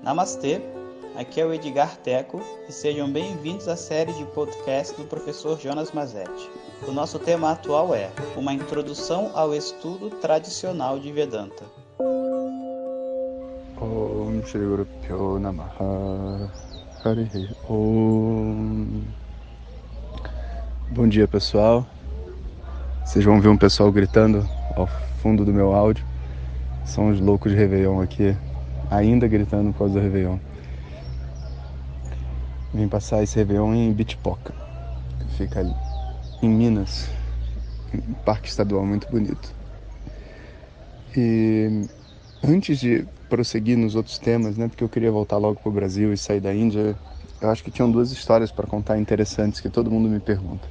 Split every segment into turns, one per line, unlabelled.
Namastê, aqui é o Edgar Teco e sejam bem-vindos à série de podcast do professor Jonas Mazetti. O nosso tema atual é uma introdução ao estudo tradicional de Vedanta.
Om Shri Guru Pyo Namaha Harihi Om. Bom dia, pessoal. Vocês vão ver um pessoal gritando ao fundo do meu áudio. São os loucos de Réveillon aqui, ainda gritando por causa do Réveillon. Vim passar esse Réveillon em Bitipoca, que fica ali em Minas, um parque estadual muito bonito. E antes de prosseguir nos outros temas, né, porque eu queria voltar logo para o Brasil e sair da Índia, eu acho que tinham duas histórias para contar interessantes que todo mundo me pergunta.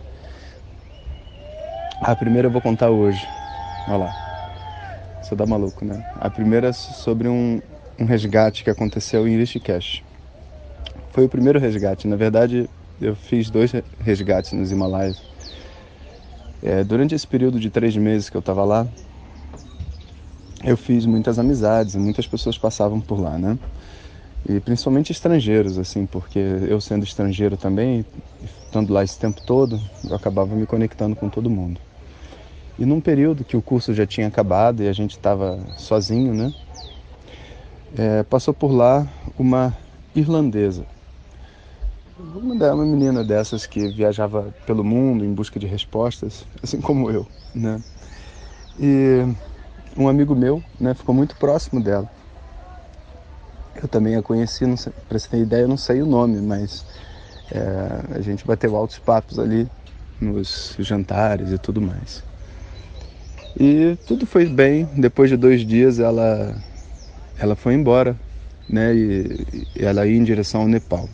A primeira eu vou contar hoje. Olha lá. Você dá maluco, né? A primeira é sobre um resgate que aconteceu em Rishikesh. Foi o primeiro resgate. Na verdade, eu fiz 2 resgates nos Himalaias. Durante esse período de 3 meses que eu estava lá, eu fiz muitas amizades, muitas pessoas passavam por lá, né? E principalmente estrangeiros, assim, porque eu sendo estrangeiro também, estando lá esse tempo todo, eu acabava me conectando com todo mundo. E num período que o curso já tinha acabado e a gente estava sozinho, né? Passou por lá uma irlandesa. Uma menina dessas que viajava pelo mundo em busca de respostas, assim como eu, né? E um amigo meu, né, ficou muito próximo dela. Eu também a conheci, para você ter ideia, eu não sei o nome, mas a gente bateu altos papos ali nos jantares e tudo mais. E tudo foi bem. Depois de 2 dias ela foi embora, né? E ela ia em direção ao Nepal.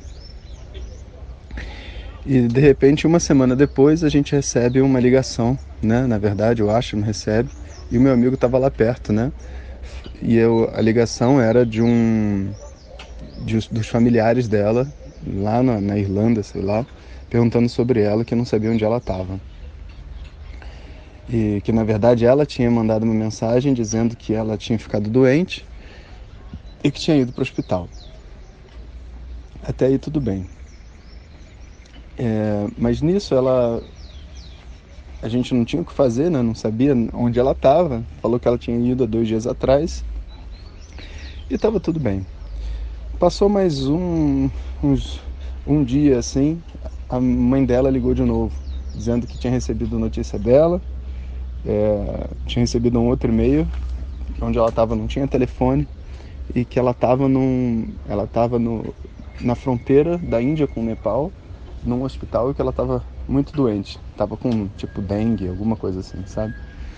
E de repente, uma semana depois, a gente recebe uma ligação, né? Na verdade, eu acho, não recebe. E o meu amigo estava lá perto, né? E a ligação era dos familiares dela, lá na Irlanda, sei lá, perguntando sobre ela, que não sabia onde ela estava. E que na verdade ela tinha mandado uma mensagem dizendo que ela tinha ficado doente e que tinha ido para o hospital. Até aí tudo bem. Mas nisso a gente não tinha o que fazer, né? Não sabia onde ela estava. Falou que ela tinha ido há 2 dias atrás e estava tudo bem. Passou mais um dia assim, a mãe dela ligou de novo, dizendo que tinha recebido notícia dela. Tinha recebido um outro e-mail onde ela estava, não tinha telefone, e que ela estava na fronteira da Índia com o Nepal, num hospital, e que ela estava muito doente, estava com tipo dengue, alguma coisa assim, sabe?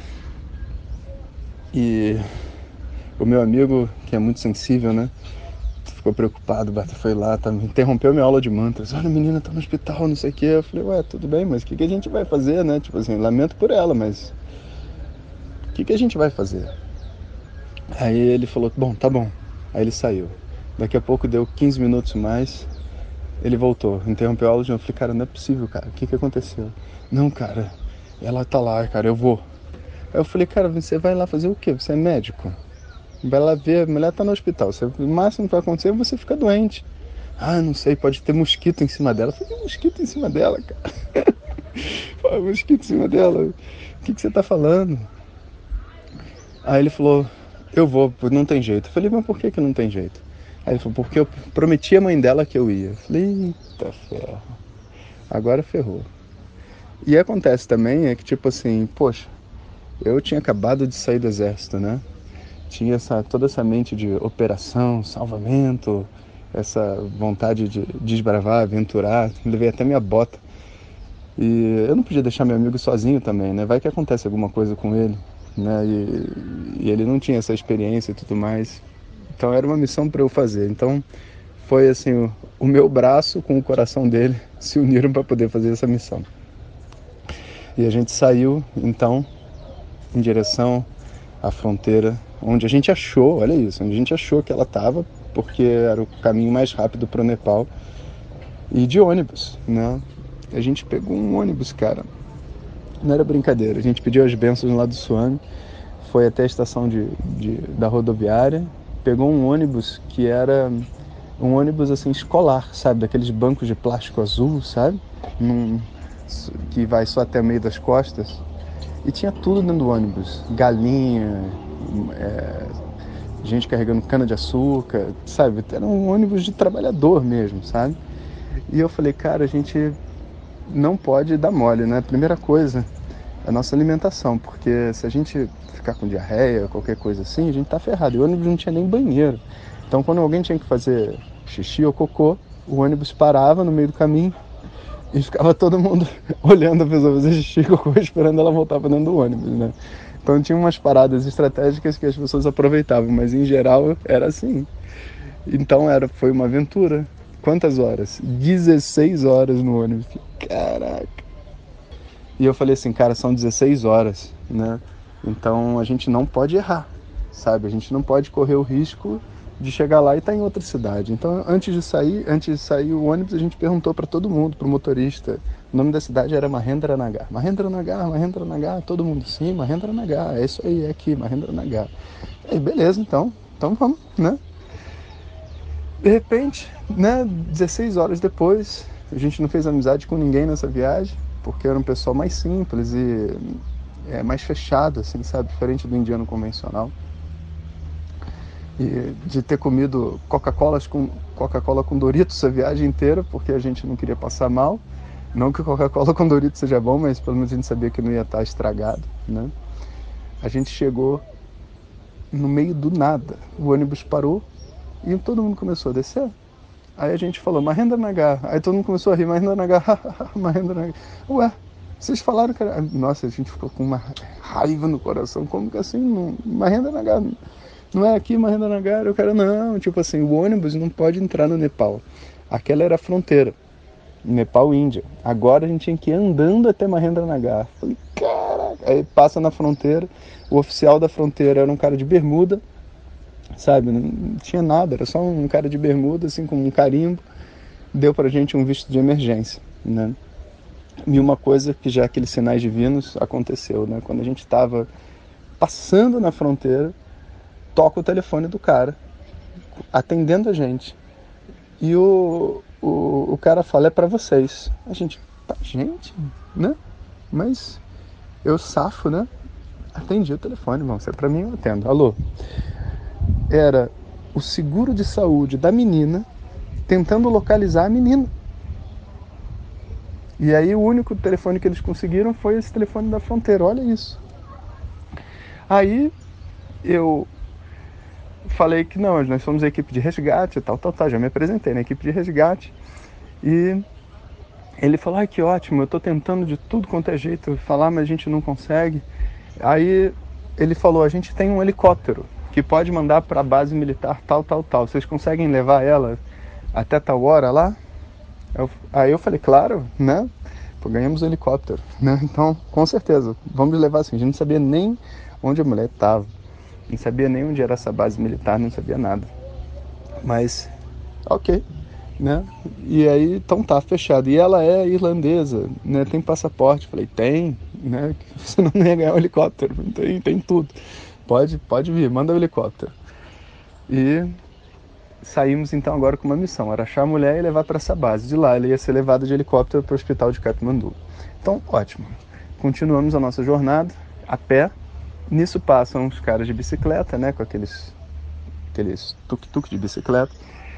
E o meu amigo, que é muito sensível, né, ficou preocupado, foi lá, interrompeu minha aula de mantras. Olha, a menina tá no hospital, não sei o que. Eu falei, ué, tudo bem, mas o que a gente vai fazer, né? Tipo assim, lamento por ela, mas o que a gente vai fazer? Aí ele falou, bom, tá bom. Aí ele saiu. Daqui a pouco deu 15 minutos mais, ele voltou, interrompeu a aula de novo. Eu falei, cara, não é possível, cara, o que aconteceu? Não, cara, ela tá lá, cara, eu vou. Aí eu falei, cara, você vai lá fazer o quê? Você é médico? Vai lá ver, a mulher tá no hospital, o máximo que vai acontecer é você ficar doente. Ah, não sei, pode ter mosquito em cima dela. Eu falei, mosquito em cima dela, cara? Pô, mosquito em cima dela, o que você tá falando? Aí ele falou, eu vou, não tem jeito. Eu falei, mas por que não tem jeito? Aí ele falou, porque eu prometi à mãe dela que eu ia. Eu falei, eita ferro, agora ferrou. E acontece também, é que tipo assim, poxa, eu tinha acabado de sair do exército, né? Tinha toda essa mente de operação, salvamento, essa vontade de desbravar, aventurar, levei até minha bota. E eu não podia deixar meu amigo sozinho também, né? Vai que acontece alguma coisa com ele, né? E ele não tinha essa experiência e tudo mais. Então era uma missão para eu fazer. Então foi assim, o meu braço com o coração dele se uniram para poder fazer essa missão. E a gente saiu, então, em direção à fronteira, onde a gente achou, olha isso, onde a gente achou que ela estava, porque era o caminho mais rápido para o Nepal, e de ônibus, né? A gente pegou um ônibus, cara, não era brincadeira, a gente pediu as bênçãos lá do Swami, foi até a estação da rodoviária, pegou um ônibus que era um ônibus assim escolar, sabe? Daqueles bancos de plástico azul, sabe? Que vai só até o meio das costas. E tinha tudo dentro do ônibus. Galinha, gente carregando cana de açúcar, sabe? Era um ônibus de trabalhador mesmo, sabe? E eu falei, cara, a gente não pode dar mole, né? Primeira coisa, a nossa alimentação, porque se a gente ficar com diarreia, qualquer coisa assim, a gente tá ferrado. E o ônibus não tinha nem banheiro. Então, quando alguém tinha que fazer xixi ou cocô, o ônibus parava no meio do caminho e ficava todo mundo olhando a pessoa fazer xixi e cocô, esperando ela voltar para dentro do ônibus, né? Então, tinha umas paradas estratégicas que as pessoas aproveitavam, mas em geral era assim. Então, foi uma aventura. Quantas horas? 16 horas no ônibus. Caraca! E eu falei assim, cara, são 16 horas, né? Então a gente não pode errar, sabe? A gente não pode correr o risco de chegar lá e estar em outra cidade. Então antes de sair o ônibus, a gente perguntou para todo mundo, pro motorista. O nome da cidade era Mahendranagar. Mahendranagar, todo mundo, sim, Mahendranagar, é isso aí, é aqui, Mahendranagar. E aí, beleza, então vamos, né? De repente, né, 16 horas depois, a gente não fez amizade com ninguém nessa viagem, porque era um pessoal mais simples e mais fechado, assim, sabe? Diferente do indiano convencional. E de ter comido Coca-Cola com Doritos a viagem inteira, porque a gente não queria passar mal. Não que Coca-Cola com Doritos seja bom, mas pelo menos a gente sabia que não ia estar estragado, né? A gente chegou no meio do nada. O ônibus parou e todo mundo começou a descer. Aí a gente falou, Mahendranagar. Aí todo mundo começou a rir, Mahendranagar, Mahendranagar. Ué, vocês falaram que era... Nossa, a gente ficou com uma raiva no coração. Como que assim? Mahendranagar não é aqui, Mahendranagar? Eu quero, não. Tipo assim, o ônibus não pode entrar no Nepal. Aquela era a fronteira. Nepal e Índia. Agora a gente tinha que ir andando até Mahendranagar. Falei, caraca. Aí passa na fronteira. O oficial da fronteira era um cara de bermuda, sabe, não tinha nada, era só um cara de bermuda, assim, com um carimbo, deu pra gente um visto de emergência, né? E uma coisa que já aqueles sinais divinos aconteceu, né? Quando a gente estava passando na fronteira, toca o telefone do cara, atendendo a gente, e o cara fala, é pra vocês. A gente, pra gente, né? Mas eu safo, né? Atendi o telefone, irmão, se é pra mim eu atendo. Alô? Era o seguro de saúde da menina tentando localizar a menina. E aí o único telefone que eles conseguiram foi esse telefone da fronteira, olha isso. Aí eu falei que não, nós somos a equipe de resgate e tal, já me apresentei na equipe de resgate. E ele falou, que ótimo, eu tô tentando de tudo quanto é jeito falar, mas a gente não consegue. Aí ele falou, a gente tem um helicóptero que pode mandar para a base militar tal. Vocês conseguem levar ela até tal hora lá? Aí eu falei, claro, né? Pô, ganhamos o helicóptero, né? Então, com certeza, vamos levar assim. A gente não sabia nem onde a mulher estava, não sabia nem onde era essa base militar, não sabia nada. Mas, ok, né? E aí, então tá, fechado. E ela é irlandesa, né? Tem passaporte. Falei, tem, né? Senão não ia ganhar o helicóptero. Tem tudo. Pode vir, manda o helicóptero. E saímos então agora com uma missão, era achar a mulher e levar para essa base. De lá ela ia ser levada de helicóptero para o hospital de Katmandu. Então, ótimo. Continuamos a nossa jornada a pé. Nisso passam os caras de bicicleta, né, com aqueles tuk-tuk de bicicleta.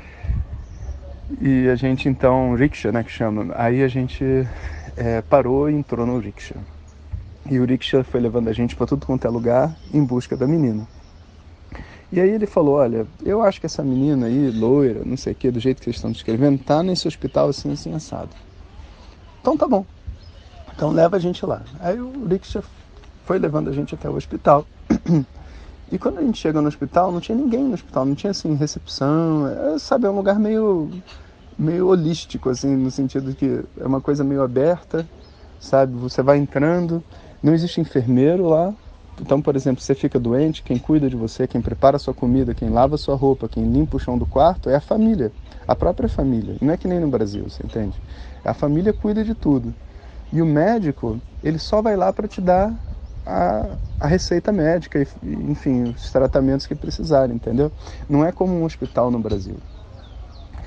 E a gente então, rickshaw, né, que chama. Aí a gente parou e entrou no rickshaw. E o rickshaw foi levando a gente para tudo quanto é lugar em busca da menina. E aí ele falou, olha, eu acho que essa menina aí, loira, não sei o que, do jeito que vocês estão descrevendo, tá nesse hospital assim, assado. Então tá bom. Então leva a gente lá. Aí o rickshaw foi levando a gente até o hospital. E quando a gente chega no hospital, não tinha ninguém no hospital, não tinha assim recepção, sabe, é um lugar meio holístico, assim, no sentido de que é uma coisa meio aberta, sabe, você vai entrando, não existe enfermeiro lá. Então, por exemplo, você fica doente, quem cuida de você, quem prepara a sua comida, quem lava a sua roupa, quem limpa o chão do quarto é a família, a própria família. Não é que nem no Brasil, você entende? A família cuida de tudo. E o médico, ele só vai lá para te dar a receita médica, e, enfim, os tratamentos que precisarem, entendeu? Não é como um hospital no Brasil.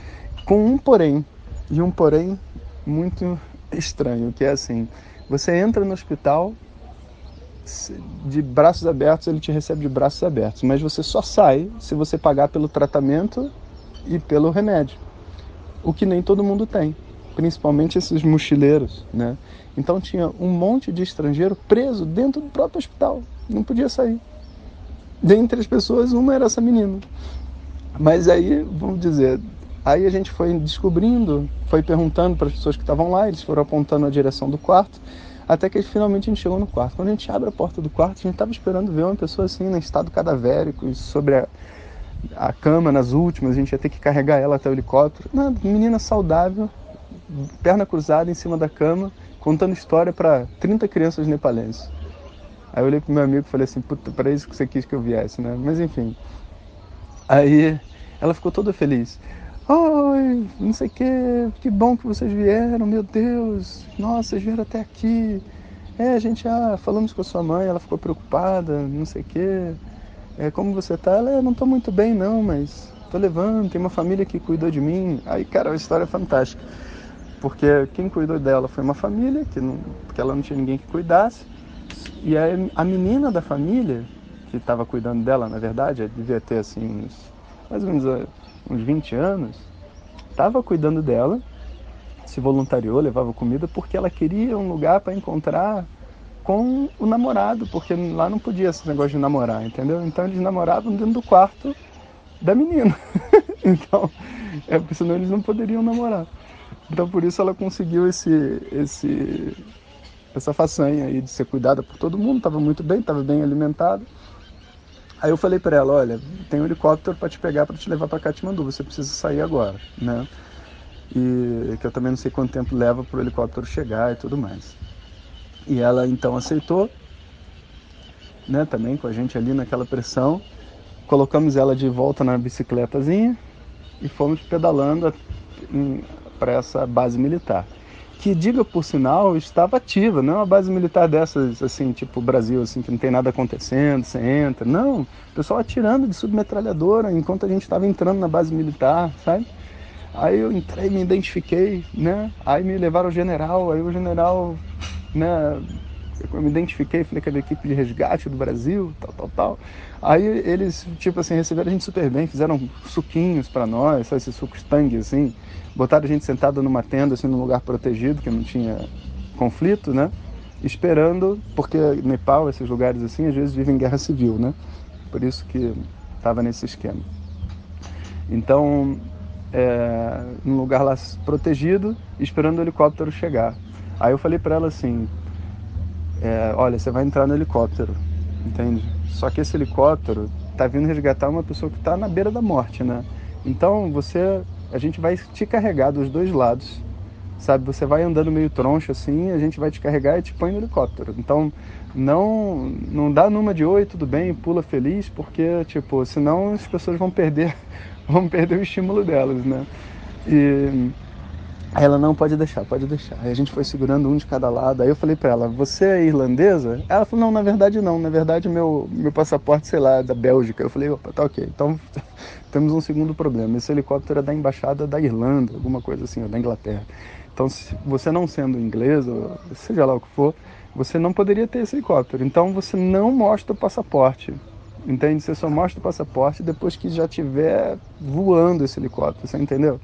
com um porém, e um porém muito estranho, que é assim, você entra no hospital de braços abertos, ele te recebe de braços abertos, mas você só sai se você pagar pelo tratamento e pelo remédio, o que nem todo mundo tem, principalmente esses mochileiros, né? Então tinha um monte de estrangeiro preso dentro do próprio hospital, não podia sair. Dentre as pessoas, uma era essa menina. Mas aí, vamos dizer, aí a gente foi descobrindo, foi perguntando para as pessoas que estavam lá, eles foram apontando a direção do quarto, até que finalmente a gente chegou no quarto. Quando a gente abre a porta do quarto, a gente estava esperando ver uma pessoa assim, em estado cadavérico, sobre a cama, nas últimas, a gente ia ter que carregar ela até o helicóptero. Uma menina saudável, perna cruzada em cima da cama, contando história para 30 crianças nepaleses. Aí eu olhei pro meu amigo e falei assim, puta, para isso que você quis que eu viesse, né? Mas enfim. Aí ela ficou toda feliz. Oi, não sei o que bom que vocês vieram, meu Deus, nossa, vocês vieram até aqui. A gente falamos com a sua mãe, ela ficou preocupada, não sei o que. Como você tá? Ela, não tô muito bem não, mas tô levando, tem uma família que cuidou de mim. Aí, cara, a história é fantástica. Porque quem cuidou dela foi uma família, porque ela não tinha ninguém que cuidasse. E a menina da família, que estava cuidando dela, na verdade, devia ter assim, mais ou menos uns 20 anos, estava cuidando dela, se voluntariou, levava comida, porque ela queria um lugar para encontrar com o namorado, porque lá não podia esse negócio de namorar, entendeu? Então eles namoravam dentro do quarto da menina. Então, porque senão eles não poderiam namorar. Então por isso ela conseguiu essa façanha aí de ser cuidada por todo mundo, estava muito bem, estava bem alimentada. Aí eu falei para ela, olha, tem um helicóptero para te pegar, para te levar para Katmandu, você precisa sair agora, né? E que eu também não sei quanto tempo leva para o helicóptero chegar e tudo mais. E ela então aceitou, né, também com a gente ali naquela pressão. Colocamos ela de volta na bicicletazinha e fomos pedalando para essa base militar. Que, diga por sinal, estava ativa, não é uma base militar dessas, assim, tipo Brasil, assim, que não tem nada acontecendo, você entra. Não, o pessoal atirando de submetralhadora enquanto a gente estava entrando na base militar, sabe? Aí eu entrei, me identifiquei, né? Aí me levaram ao general, aí o general, né? Eu me identifiquei, falei que era a equipe de resgate do Brasil, tal. Aí eles, tipo assim, receberam a gente super bem, fizeram suquinhos pra nós, sabe, esses sucos Tang, assim. Botaram a gente sentada numa tenda, assim, num lugar protegido, que não tinha conflito, né? Esperando, porque Nepal, esses lugares assim, às vezes vivem guerra civil, né? Por isso que tava nesse esquema. Então, num lugar lá protegido, esperando o helicóptero chegar. Aí eu falei pra ela assim, olha, você vai entrar no helicóptero, entende? Só que esse helicóptero tá vindo resgatar uma pessoa que tá na beira da morte, né? Então a gente vai te carregar dos dois lados, sabe? Você vai andando meio troncho assim, a gente vai te carregar e te põe no helicóptero. Então não dá numa de oi, tudo bem, pula feliz, porque tipo, senão as pessoas vão perder o estímulo delas, né? E aí ela, não, pode deixar. Aí a gente foi segurando um de cada lado. Aí eu falei pra ela, você é irlandesa? Ela falou, não, na verdade não. Na verdade meu passaporte, sei lá, é da Bélgica. Eu falei, opa, tá ok. Então temos um segundo problema. Esse helicóptero é da embaixada da Irlanda, alguma coisa assim, ou da Inglaterra. Então se você não sendo inglês, ou seja lá o que for, você não poderia ter esse helicóptero. Então você não mostra o passaporte. Entende? Você só mostra o passaporte depois que já estiver voando esse helicóptero, você entendeu?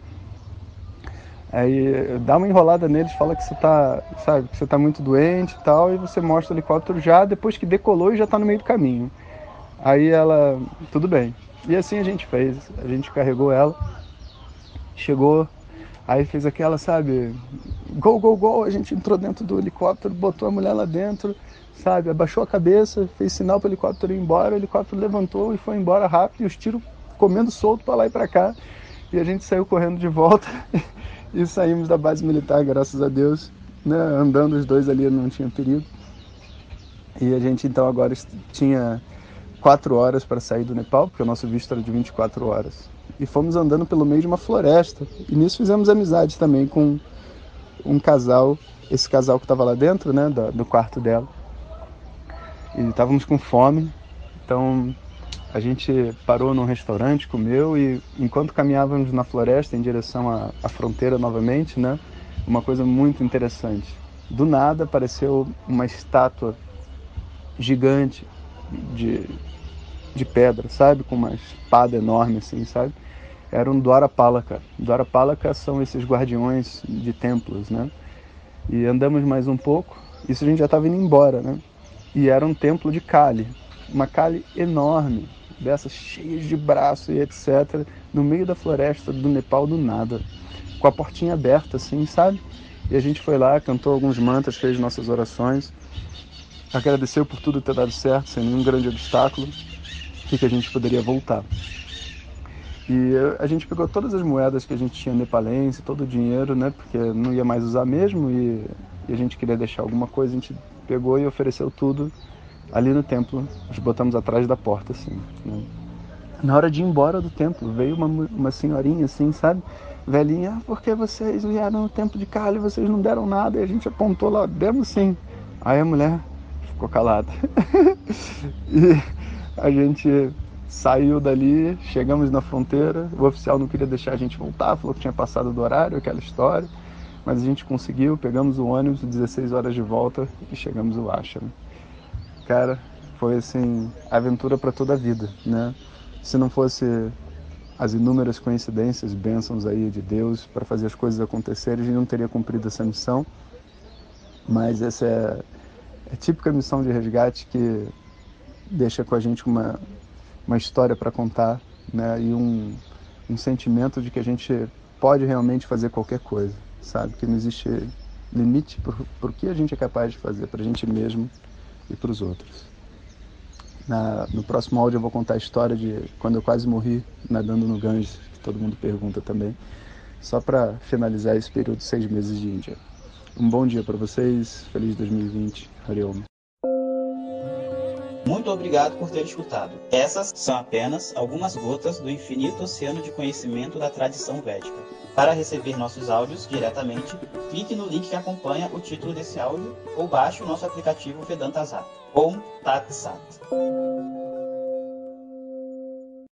Aí dá uma enrolada neles, fala que você tá, sabe, que você tá muito doente e tal, e você mostra o helicóptero já depois que decolou e já tá no meio do caminho. Aí ela, tudo bem. E assim a gente fez, a gente carregou ela, chegou, aí fez aquela, sabe, go, a gente entrou dentro do helicóptero, botou a mulher lá dentro, sabe, abaixou a cabeça, fez sinal pro helicóptero ir embora, o helicóptero levantou e foi embora rápido, e os tiros comendo solto pra lá e pra cá, e a gente saiu correndo de volta e saímos da base militar, graças a Deus, né, andando os dois ali, não tinha perigo. E a gente então agora tinha 4 horas para sair do Nepal, porque o nosso visto era de 24 horas. E fomos andando pelo meio de uma floresta. E nisso fizemos amizade também com um casal, esse casal que estava lá dentro, né, do quarto dela. E estávamos com fome, então A gente parou num restaurante, comeu e enquanto caminhávamos na floresta em direção à fronteira novamente, né, uma coisa muito interessante. Do nada apareceu uma estátua gigante de pedra, sabe? Com uma espada enorme assim, sabe? Era um Dwarapalaka. Dwarapalaka são esses guardiões de templos, né? E andamos mais um pouco, isso a gente já estava indo embora, né? E era um templo de Kali, uma Kali enorme, dessas cheias de braço e etc, no meio da floresta do Nepal do nada, com a portinha aberta assim, sabe? E a gente foi lá, cantou alguns mantras, fez nossas orações, agradeceu por tudo ter dado certo, sem nenhum grande obstáculo, e que a gente poderia voltar. E a gente pegou todas as moedas que a gente tinha nepalense, todo o dinheiro, né? Porque não ia mais usar mesmo e a gente queria deixar alguma coisa, a gente pegou e ofereceu tudo ali no templo. Nós botamos atrás da porta, assim, né? Na hora de ir embora do templo, veio uma senhorinha, assim, sabe? Velhinha, por que vocês vieram no templo de Kali e vocês não deram nada? E a gente apontou lá, demos sim. Aí a mulher ficou calada. E a gente saiu dali, chegamos na fronteira, o oficial não queria deixar a gente voltar, falou que tinha passado do horário, aquela história, mas a gente conseguiu, pegamos o ônibus, 16 horas de volta e chegamos ao Ashram. Cara, foi assim, aventura para toda a vida, né? Se não fosse as inúmeras coincidências, bênçãos aí de Deus para fazer as coisas acontecerem, a gente não teria cumprido essa missão, mas essa é a típica missão de resgate que deixa com a gente uma história para contar, né? E um sentimento de que a gente pode realmente fazer qualquer coisa, sabe? Que não existe limite por que a gente é capaz de fazer para a gente mesmo e para os outros. No próximo áudio eu vou contar a história de quando eu quase morri nadando no Ganges, que todo mundo pergunta também, só para finalizar esse período de 6 meses de Índia. Um bom dia para vocês, feliz 2020, Hari Om.
Muito obrigado por ter escutado. Essas são apenas algumas gotas do infinito oceano de conhecimento da tradição védica. Para receber nossos áudios diretamente, clique no link que acompanha o título desse áudio ou baixe o nosso aplicativo Vedanta Zat. Om Tat Sat.